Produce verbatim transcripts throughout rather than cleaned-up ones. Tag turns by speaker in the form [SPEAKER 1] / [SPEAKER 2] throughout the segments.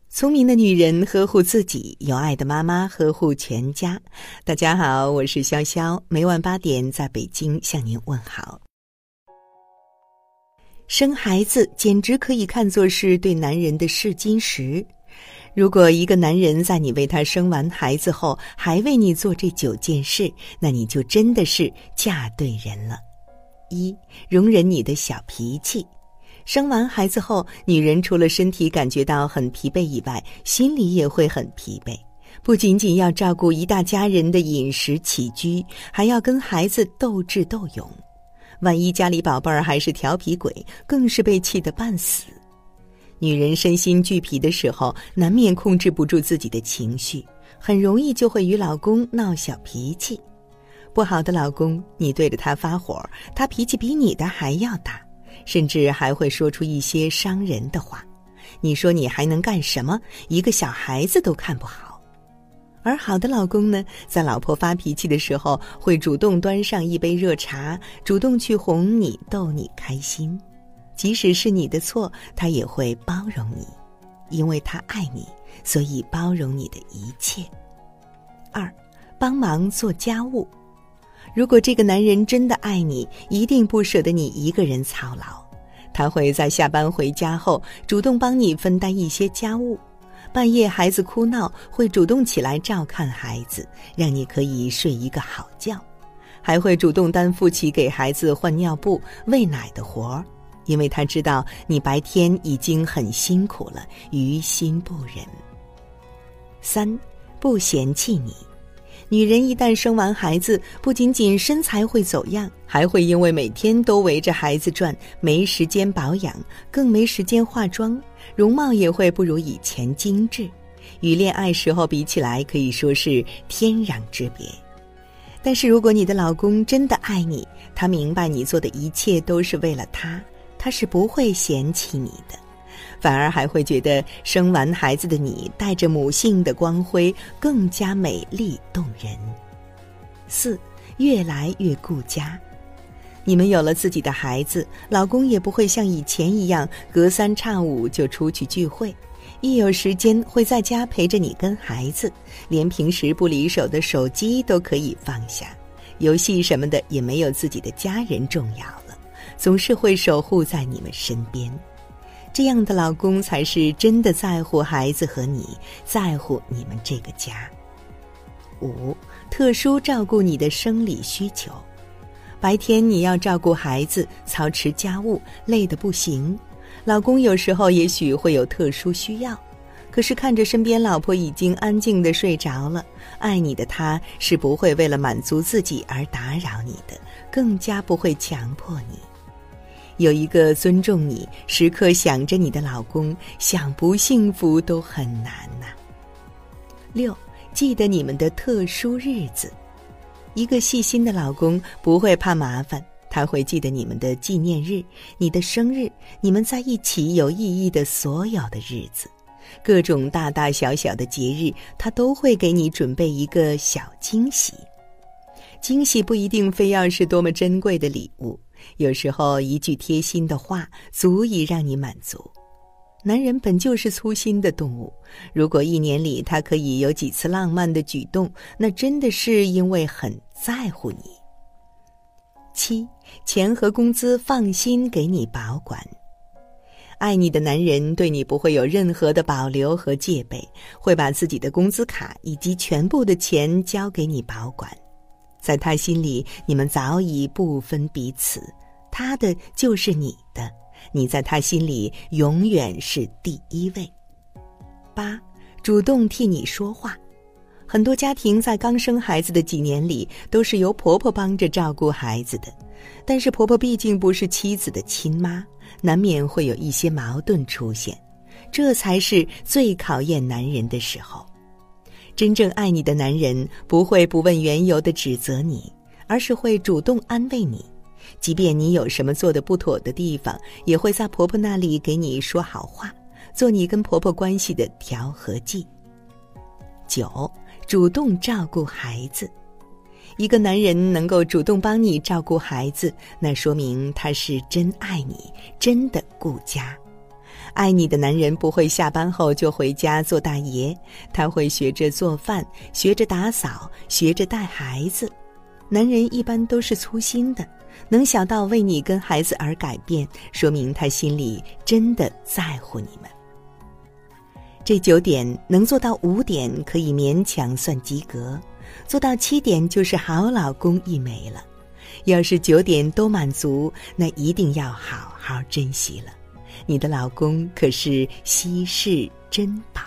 [SPEAKER 1] 聪明的女人呵护自己，有爱的妈妈呵护全家。大家好，我是潇潇，每晚八点在北京向您问好。生孩子简直可以看作是对男人的试金石。如果一个男人在你为他生完孩子后还为你做这九件事，那你就真的是嫁对人了。一、容忍你的小脾气。生完孩子后，女人除了身体感觉到很疲惫以外，心里也会很疲惫，不仅仅要照顾一大家人的饮食起居，还要跟孩子斗智斗勇。万一家里宝贝儿还是调皮鬼，更是被气得半死。女人身心俱疲的时候，难免控制不住自己的情绪，很容易就会与老公闹小脾气。不好的老公，你对着他发火，他脾气比你的还要大，甚至还会说出一些伤人的话。你说你还能干什么？一个小孩子都看不好。而好的老公呢，在老婆发脾气的时候，会主动端上一杯热茶，主动去哄你，逗你开心。即使是你的错，他也会包容你，因为他爱你，所以包容你的一切。二、帮忙做家务。如果这个男人真的爱你，一定不舍得你一个人操劳，他会在下班回家后主动帮你分担一些家务，半夜孩子哭闹会主动起来照看孩子，让你可以睡一个好觉，还会主动担负起给孩子换尿布、喂奶的活儿，因为他知道你白天已经很辛苦了，于心不忍。三、不嫌弃你。女人一旦生完孩子，不仅仅身材会走样，还会因为每天都围着孩子转，没时间保养，更没时间化妆，容貌也会不如以前精致，与恋爱时候比起来，可以说是天壤之别。但是如果你的老公真的爱你，他明白你做的一切都是为了他，他是不会嫌弃你的，反而还会觉得生完孩子的你带着母性的光辉，更加美丽动人。四、越来越顾家。你们有了自己的孩子，老公也不会像以前一样隔三差五就出去聚会，一有时间会在家陪着你跟孩子，连平时不离手的手机都可以放下，游戏什么的也没有自己的家人重要了，总是会守护在你们身边。这样的老公才是真的在乎孩子和你，在乎你们这个家。五、特殊照顾你的生理需求。白天你要照顾孩子，操持家务，累得不行。老公有时候也许会有特殊需要，可是看着身边老婆已经安静地睡着了，爱你的他是不会为了满足自己而打扰你的，更加不会强迫你。有一个尊重你、时刻想着你的老公，想不幸福都很难呐、啊。六、记得你们的特殊日子。一个细心的老公不会怕麻烦，他会记得你们的纪念日、你的生日、你们在一起有意义的所有的日子，各种大大小小的节日，他都会给你准备一个小惊喜。惊喜不一定非要是多么珍贵的礼物，有时候一句贴心的话足以让你满足。男人本就是粗心的动物，如果一年里他可以有几次浪漫的举动，那真的是因为很在乎你。七、钱和工资放心给你保管。爱你的男人对你不会有任何的保留和戒备，会把自己的工资卡以及全部的钱交给你保管。在他心里，你们早已不分彼此，他的就是你的，你在他心里永远是第一位。八、主动替你说话。很多家庭在刚生孩子的几年里，都是由婆婆帮着照顾孩子的，但是婆婆毕竟不是妻子的亲妈，难免会有一些矛盾出现，这才是最考验男人的时候。真正爱你的男人不会不问缘由地指责你，而是会主动安慰你，即便你有什么做得不妥的地方，也会在婆婆那里给你说好话，做你跟婆婆关系的调和剂。九、主动照顾孩子。一个男人能够主动帮你照顾孩子，那说明他是真爱你，真的顾家。 爱你的男人不会下班后就回家做大爷，他会学着做饭，学着打扫，学着带孩子。男人一般都是粗心的，能想到为你跟孩子而改变，说明他心里真的在乎你们。这九点能做到五点可以勉强算及格，做到七点就是好老公一枚了。要是九点都满足，那一定要好好珍惜了，你的老公可是稀世珍宝。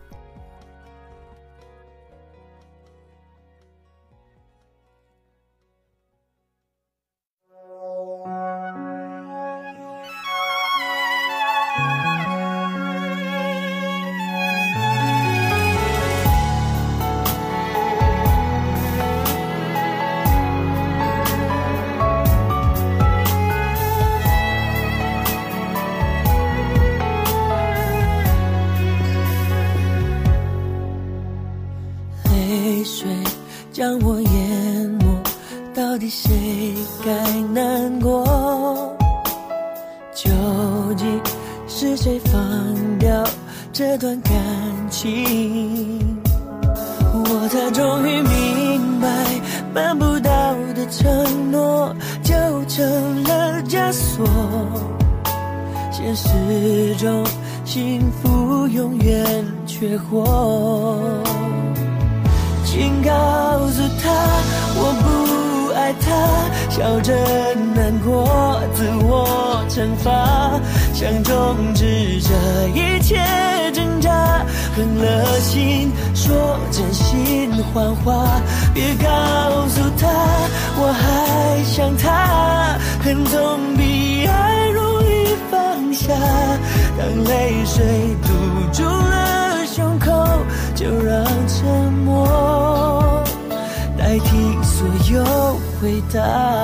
[SPEAKER 2] 将我淹没，到底谁该难过？究竟是谁放掉这段感情？我才终于明白，办不到的承诺就成了枷锁，现实中幸福永远缺货。请告诉他我不爱他，笑着难过，自我惩罚，想终止这一切挣扎，狠了心说真心谎话，别告诉他我还想他，恨总比爱容易放下，当泪水堵住了胸口，就让沉默代替所有回答。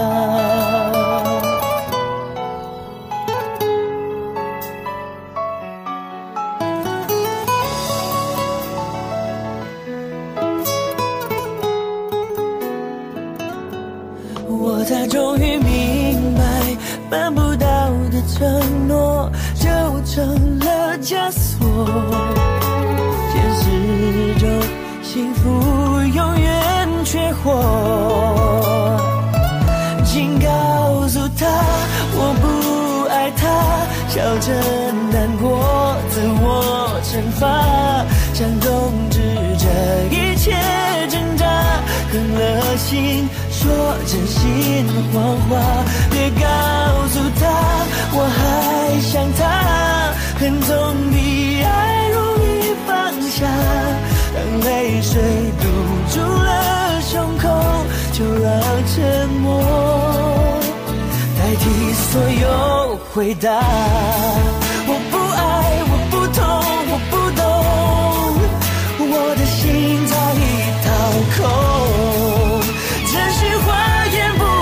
[SPEAKER 2] 我才终于明白，办不到的承诺就成了枷锁，现实中幸福永远缺货。请告诉他我不爱他，笑着难过，自我惩罚，想终止这一切挣扎，狠了心说真心谎话，别告诉他我还想他，恨总比爱容易放下，当泪水堵住了胸口，就让沉默代替所有回答。我不爱，我不痛，我不懂，我的心在掏空，真心话言不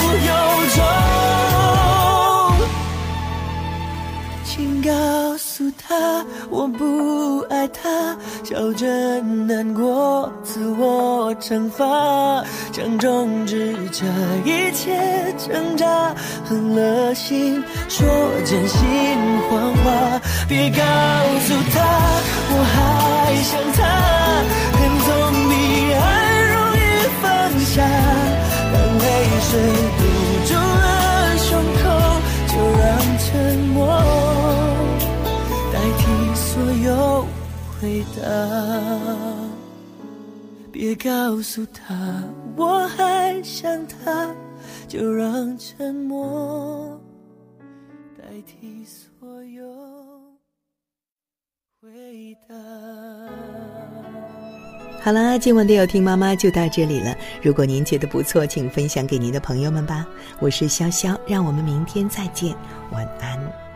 [SPEAKER 2] 由衷。请告诉他我不爱他，笑着难过，自我惩罚，想终止这一切挣扎，狠了心说真心谎话，别告诉他我还想他，恨总比爱容易放下，当泪水堵住了胸口，就让沉默代替所有回答。别告诉他我还想他，就让沉默代替所有回答。
[SPEAKER 1] 好啦，今晚的有听妈妈就到这里了。如果您觉得不错，请分享给您的朋友们吧。我是潇潇，让我们明天再见，晚安。